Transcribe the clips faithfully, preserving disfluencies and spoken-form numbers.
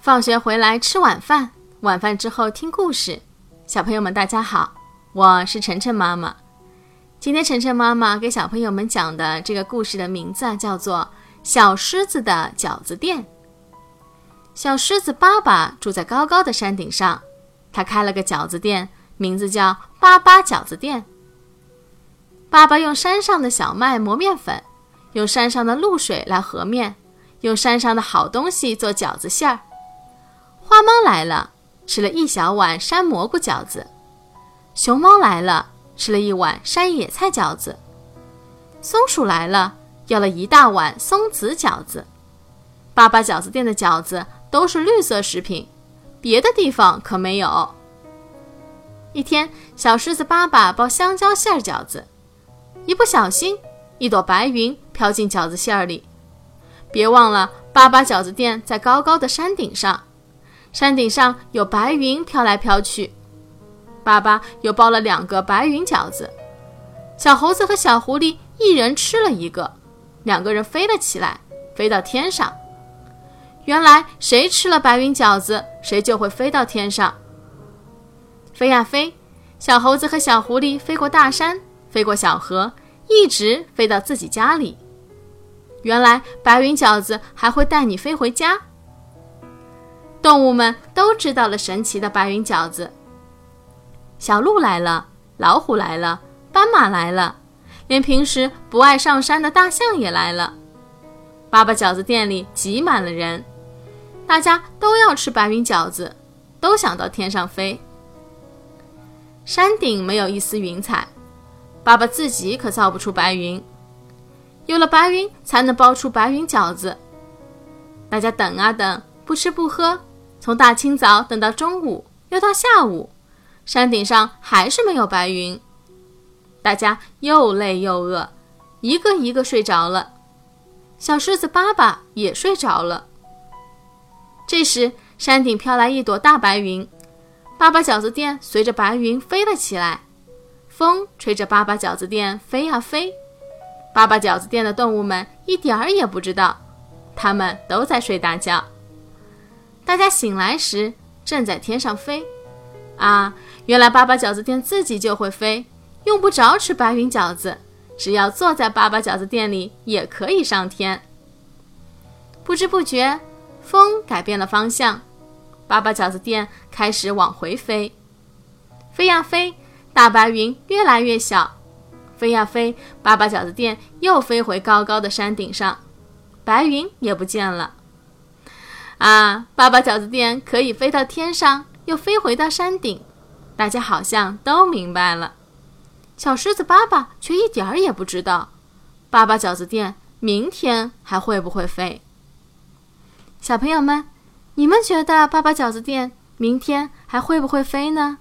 放学回来吃晚饭，晚饭之后听故事。小朋友们大家好，我是晨晨妈妈。今天晨晨妈妈给小朋友们讲的这个故事的名字叫做小狮子的饺子店。小狮子巴巴住在高高的山顶上，他开了个饺子店，名字叫巴巴饺子店。爸爸用山上的小麦磨面粉，用山上的露水来和面，用山上的好东西做饺子馅儿。花猫来了，吃了一小碗山蘑菇饺子。熊猫来了，吃了一碗山野菜饺子。松鼠来了，要了一大碗松子饺子。巴巴饺子店的饺子都是绿色食品，别的地方可没有。一天，小狮子巴巴包香蕉馅饺子，一不小心，一朵白云飘进饺子馅里。别忘了，巴巴饺子店在高高的山顶上，山顶上有白云飘来飘去。爸爸又包了两个白云饺子，小猴子和小狐狸一人吃了一个，两个人飞了起来，飞到天上。原来谁吃了白云饺子，谁就会飞到天上。飞呀飞，小猴子和小狐狸飞过大山，飞过小河，一直飞到自己家里。原来白云饺子还会带你飞回家。动物们都知道了神奇的白云饺子。小鹿来了，老虎来了，斑马来了，连平时不爱上山的大象也来了。巴巴饺子店里挤满了人，大家都要吃白云饺子，都想到天上飞。山顶没有一丝云彩，爸爸自己可造不出白云。有了白云才能包出白云饺子。大家等啊等，不吃不喝，从大清早等到中午，又到下午，山顶上还是没有白云。大家又累又饿，一个一个睡着了。小狮子巴巴也睡着了。这时山顶飘来一朵大白云，巴巴饺子店随着白云飞了起来，风吹着巴巴饺子店飞啊飞。巴巴饺子店的动物们一点儿也不知道，他们都在睡大觉。大家醒来时正在天上飞。啊，原来巴巴饺子店自己就会飞，用不着吃白云饺子，只要坐在巴巴饺子店里也可以上天。不知不觉，风改变了方向，巴巴饺子店开始往回飞。飞呀飞，大白云越来越小。飞呀飞，巴巴饺子店又飞回高高的山顶上，白云也不见了。啊，巴巴饺子店可以飞到天上，又飞回到山顶，大家好像都明白了。小狮子巴巴却一点儿也不知道，巴巴饺子店明天还会不会飞。小朋友们，你们觉得巴巴饺子店明天还会不会飞呢？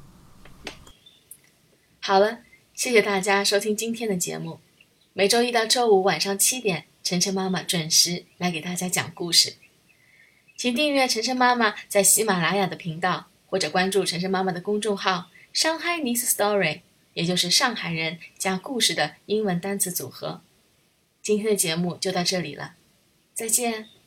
好了，谢谢大家收听今天的节目。每周一到周五晚上七点，晨晨妈妈准时来给大家讲故事。请订阅晨晨妈妈在喜马拉雅的频道，或者关注晨晨妈妈的公众号上海 Nice Story， 也就是上海人加故事的英文单词组合。今天的节目就到这里了，再见。